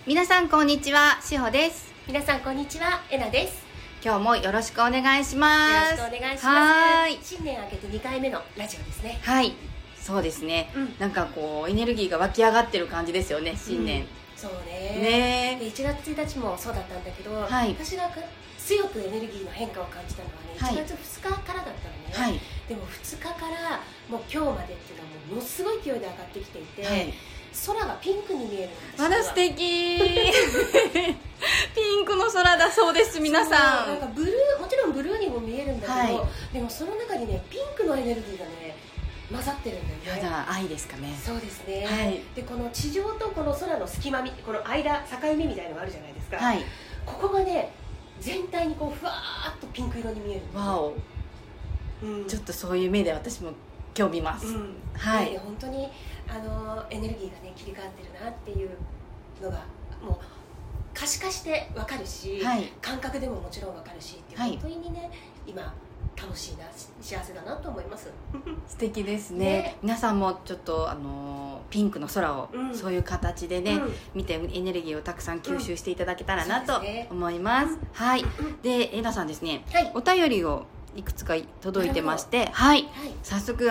皆さんこんにちは、しほです。 皆さんこんにちは、えなです。 今日もよろしくお願いします。 よろしくお願いします。 はい、 新年明けて2回目のラジオですね。 はい、そうですね、なんかこうエネルギーが湧き上がってる感じですよね、新年、 そうね。で1月1日もそうだったんだけど、 はい、 私が強くエネルギーの変化を感じたのはね、1月2日からだったのね、はい、でも2日からもう今日までっていうのはものすごい勢いで上がってきていて、はい、空がピンクに見えるんです。 まだ素敵ピンクの空だそうです。皆さんなんかブルー、もちろんブルーにも見えるんだけど、はい、でもその中にねピンクのエネルギーがね混ざってるんだよね。 やだ、愛ですかね。 そうですね、 はい、 でこの地上とこの空の隙間、この間境目みたいなのがあるじゃないですか、はい、ここがね全体にこうふわーっとピンク色に見える。 わお、ちょっとそういう目で私も今日見ます、はい、 本当にエネルギーがね切り替わってるなっていうのがもう可視化して分かるし、はい、感覚でももちろん分かるしっていう、はい、本当にね今楽しいな、幸せだなと思います素敵ですね。皆さんもちょっとピンクの空を、そういう形でね、見てエネルギーをたくさん吸収していただけたらなと思います、はい。で、えなさんですね、はい、お便りをいくつか届いてまして、はい、早速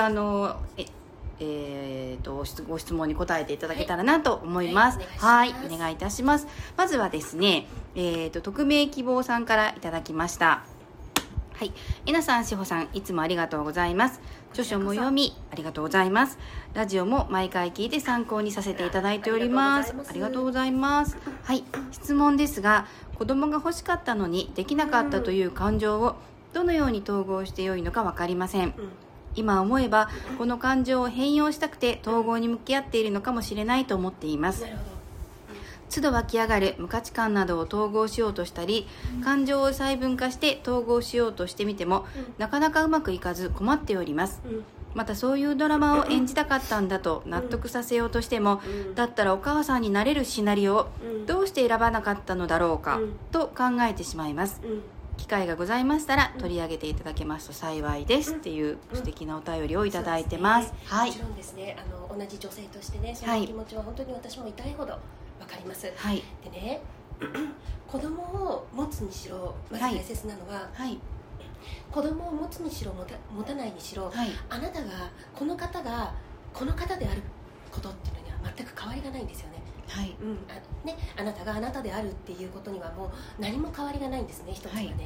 ご質問に答えていただけたらなと思います。はい、お願いいたします。まずはですね、匿名希望さんからいただきました。はい、えなさん、しほさん、いつもありがとうございます。著書も読みありがとうございます。ラジオも毎回聞いて参考にさせていただいております。ありがとうございます。はい、質問ですが、子供が欲しかったのにできなかったという感情をどのように統合してよいのか分かりません。今思えばこの感情を変容したくて統合に向き合っているのかもしれないと思っています。都度湧き上がる無価値観などを統合しようとしたり、感情を細分化して統合しようとしてみても、なかなかうまくいかず困っております。またそういうドラマを演じたかったんだと納得させようとしても、だったらお母さんになれるシナリオをどうして選ばなかったのだろうかと考えてしまいます。機会がございましたら取り上げていただけますと幸いですっていう素敵なお便りをいただいてます。はい、 もちろんですね、同じ女性としてね、その気持ちは本当に私も痛いほど分かります、はい、でね子供を持つにしろまず大切なのは、はい、子供を持つにしろ持たないにしろ、はい、あなたがこの方であることっていうのには全く変わりがないんですよね。はい、あなたがあなたであるっていうことにはもう何も変わりがないんですね、一つはね、はい、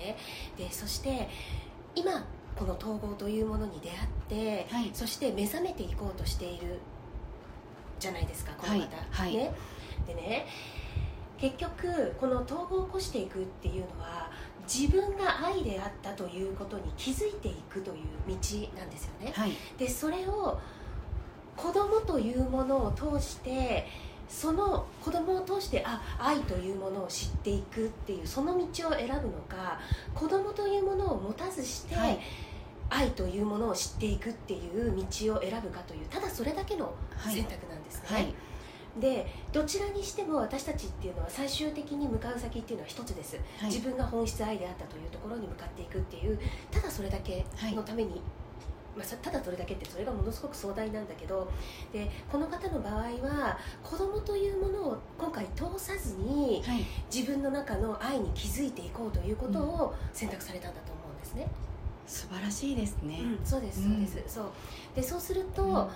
でそして今この統合というものに出会って、はい、そして目覚めていこうとしているじゃないですか、この方、はい、ね、でね、結局この統合を起こしていくっていうのは自分が愛であったということに気づいていくという道なんですよね、はい、でそれを子供というものを通して、その子供を通して愛というものを知っていくっていうその道を選ぶのか、子供というものを持たずして、はい、愛というものを知っていくっていう道を選ぶかという、ただそれだけの選択なんですね、はいはい、でどちらにしても私たちっていうのは最終的に向かう先っていうのは一つです、はい、自分が本質愛であったというところに向かっていくっていう、ただそれだけのために、ただそれだけってそれがものすごく壮大なんだけど、でこの方の場合は子供というものを今回通さずに、はい、自分の中の愛に気づいていこうということを選択されたんだと思うんですね。 素晴らしいですね、 そうですそうです、そうすると、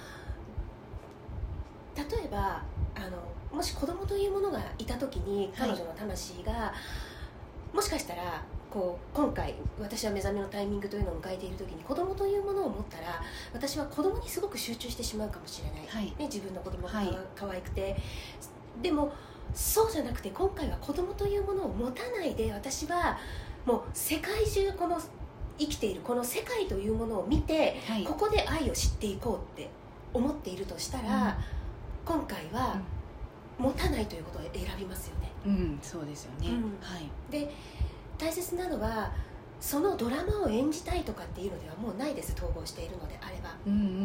例えばもし子供というものがいた時に彼女の魂が、もしかしたら今回私は目覚めのタイミングというのを迎えている時に子供というものを持ったら、私は子供にすごく集中してしまうかもしれない、はい、ね、自分の子供が可愛くて、でもそうじゃなくて今回は子供というものを持たないで、私はもう世界中この生きているこの世界というものを見て、はい、ここで愛を知っていこうって思っているとしたら、今回は持たないということを選びますよね。 そうですよね、はい、で大切なのはそのドラマを演じたいとかっていうのではもうないです、統合しているのであれば。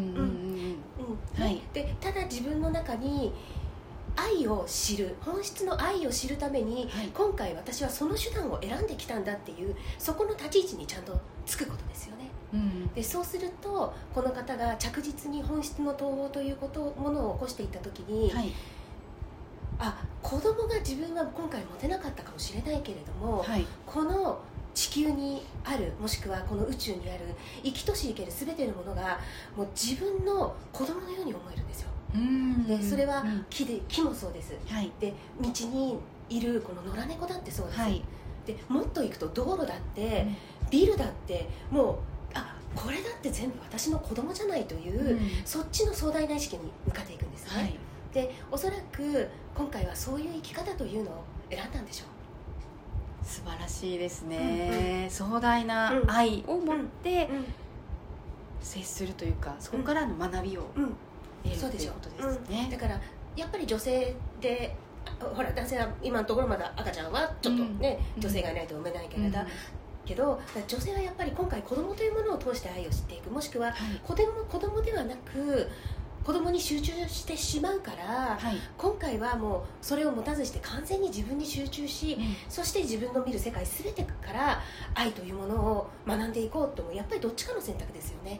でただ自分の中に愛を知る、本質の愛を知るために、はい、今回私はその手段を選んできたんだっていう、そこの立ち位置にちゃんとつくことですよね。でそうするとこの方が着実に本質の統合というものを起こしていった時に、はい、 子供が自分は今回持てなかったかもしれないけれども、はい、この地球にある、もしくはこの宇宙にある生きとし生ける全てのものがもう自分の子供のように思えるんですよ。でそれは木もそうです、はい、で道にいるこの野良猫だってそうです、はい、でもっと行くと道路だって、ビルだってもうこれだって全部私の子供じゃないという、そっちの壮大な意識に向かっていくんですね、はい、でおそらく今回はそういう生き方というのを選んだんでしょう。 素晴らしいですね、壮大な愛を持って接するというか、そこからの学びを得るということですね。 だからやっぱり女性でほら男性は今のところまだ赤ちゃんはちょっとね、女性がいないと産めないけれど、けど女性はやっぱり今回子供というものを通して愛を知っていく、もしくは子供ではなく子供に集中してしまうから、はい、今回はもうそれを持たずして完全に自分に集中し、そして自分の見る世界全てから愛というものを学んでいこうとも、やっぱりどっちかの選択ですよね。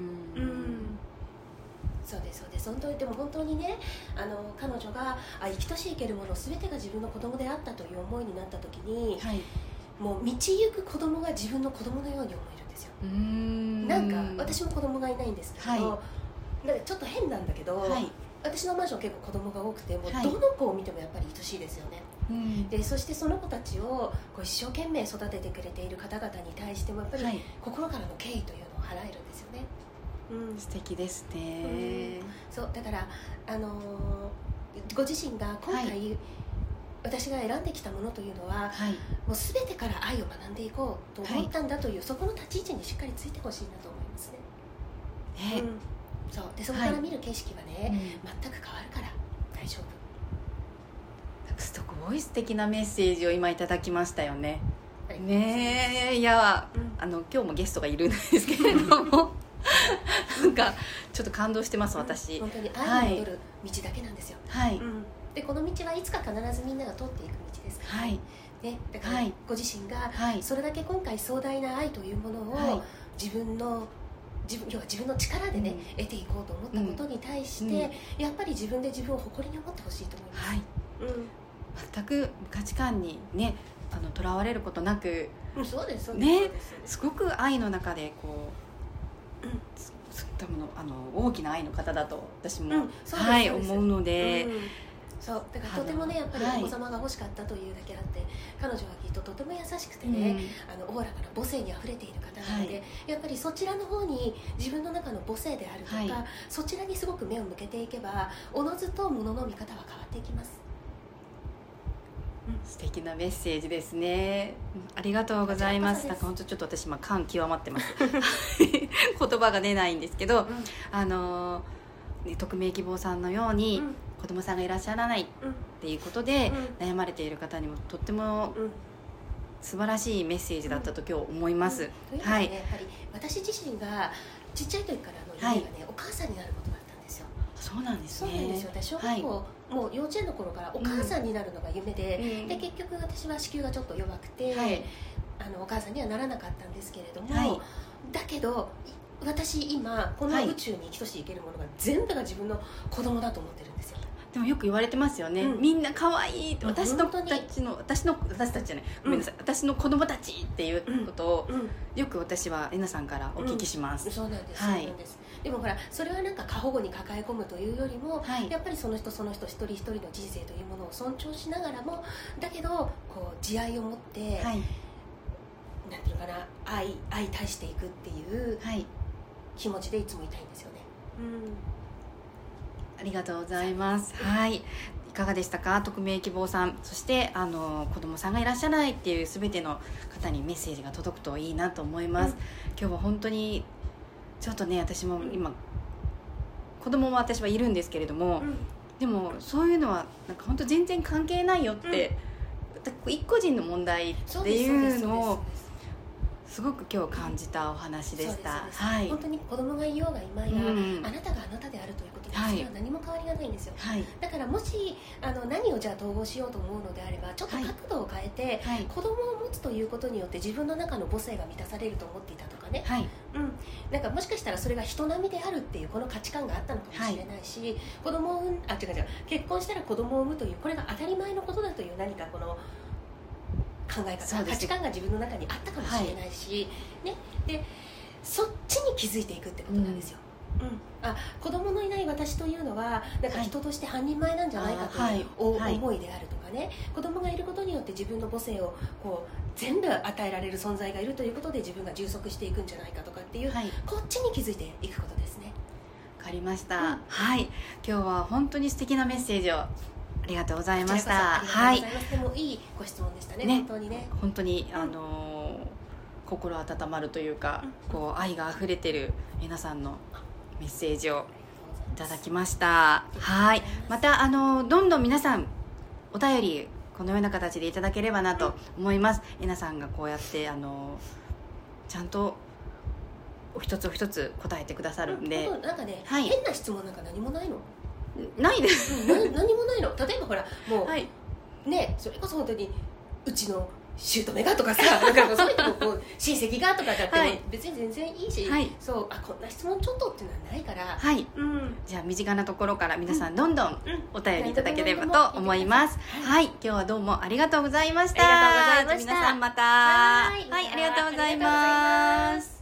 そうですそうです。でも本当にね、彼女が生きとし生けるもの全てが自分の子供であったという思いになった時に、はい、もう道行く子供が自分の子供のように思えるんですよ。なんか私も子供がいないんですけど、はい、なんかちょっと変なんだけど、はい、私のマンション結構子供が多くて、もうどの子を見てもやっぱり愛しいですよね、でそしてその子たちをこう一生懸命育ててくれている方々に対してもやっぱり心からの敬意というのを払えるんですよね。 素敵ですね、 そうだから、ご自身が今回、はい、私が選んできたものというのは、はい、もう全てから愛を学んでいこうと思ったんだという、はい、そこの立ち位置にしっかりついてほしいなと思いますね。そうでそこから見る景色はね、全く変わるから大丈夫。 すごい素敵なメッセージを今いただきましたよね。ねえ、いや、今日もゲストがいるんですけれどもなんかちょっと感動してます、私。 本当に愛に戻る道だけなんですよ。はい、でこの道はいつか必ずみんなが通っていく道ですから、はいね、だからご自身がそれだけ今回壮大な愛というものを自分の力でね、得ていこうと思ったことに対して、やっぱり自分で自分を誇りに思ってほしいと思います、はい、 全く価値観にねとらわれることなく、 そうですそうですね、すごく愛の中でこう、多分大きな愛の方だと私も、はい、思うので、 そうだからとてもねやっぱりお子様が欲しかったというだけあって、彼女はきっととても優しくてね、おおらかな母性にあふれている方なので、やっぱりそちらの方に自分の中の母性であるとか、そちらにすごく目を向けていけば、おのずと物の見方は変わっていきます。 素敵なメッセージですね。ありがとうございます。なんか本当ちょっと私今感極まってます言葉が出ないんですけど、匿名希望さんのように、子供さんがいらっしゃらないっていうことで悩まれている方にもとっても素晴らしいメッセージだったと今日思います。 はい。やっぱり私自身がちっちゃい時からの夢がね、お母さんになることだったんですよ。 そうなんですね。 そうなんですよ。私小学校、もう幼稚園の頃からお母さんになるのが夢で、で結局私は子宮がちょっと弱くて、お母さんにはならなかったんですけれども、だけど私今この宇宙に生きとし生けるものが全部が自分の子供だと思ってるんですよ。 でもよく言われてますよね、みんな可愛いって、私たちじゃない、ごめんなさい、私の子供たちっていうことを、よく私はえなさんからお聞きします。 そうなんです、そうなんです。でもほらそれはなんか過保護に抱え込むというよりも、やっぱりその人その人一人一人の人生というものを尊重しながらも、だけどこう慈愛を持って、なんていうのかな、愛対していくっていう気持ちでいつもいたいんですよね。 ありがとうございます。はい、いかがでしたか、匿名希望さん。そして子供さんがいらっしゃらないっていう全ての方にメッセージが届くといいなと思います。今日は本当にちょっとね、私も今子供も私はいるんですけれども、でもそういうのはなんか本当全然関係ないよって、一個人の問題っていうのをすごく今日感じたお話でした。 本当に子供がいようがいまいが、あなたがあなたであるということで、それは何も変わりがないんですよ。だからもし何をじゃあ統合しようと思うのであれば、ちょっと角度を変えて、子供を持つということによって自分の中の母性が満たされると思っていたとかね、 ね、なんかもしかしたらそれが人並みであるっていうこの価値観があったのかもしれないし、子供を結婚したら子供を産むというこれが当たり前のことだという何かこの考え方、価値観が自分の中にあったかもしれないし、ね、でそっちに気づいていくってことなんですよ。子供のいない私というのはなんか人として半人前なんじゃないかという思いであるとかね、子供がいることによって自分の母性をこう全部与えられる存在がいるということで自分が充足していくんじゃないかとかっていう、こっちに気づいていくことですね。 わかりました、はい、今日は本当に素敵なメッセージをありがとうございました。 はい、でもいいご質問でしたね。本当にね、 本当に心温まるというか、こう愛があふれてる皆さんのメッセージをいただきました。はい、またどんどん皆さんお便りこのような形でいただければなと思います。えなさんがこうやってちゃんとお一つお一つ答えてくださるんで、 なんかね、変な質問なんか何もないの？ ないです。 何もないの。例えばほらもう、ね、それこそ本当にうちの姑がとかさ、なんかそういうとこ親戚がとかだって別に全然いいし、そうこんな質問ちょっとっていうのはないから、 じゃあ身近なところから皆さんどんどんお便りいただければと思います。はい、今日はどうもありがとうございました。 ありがとうございました。 皆さんまた、はい、ありがとうございます。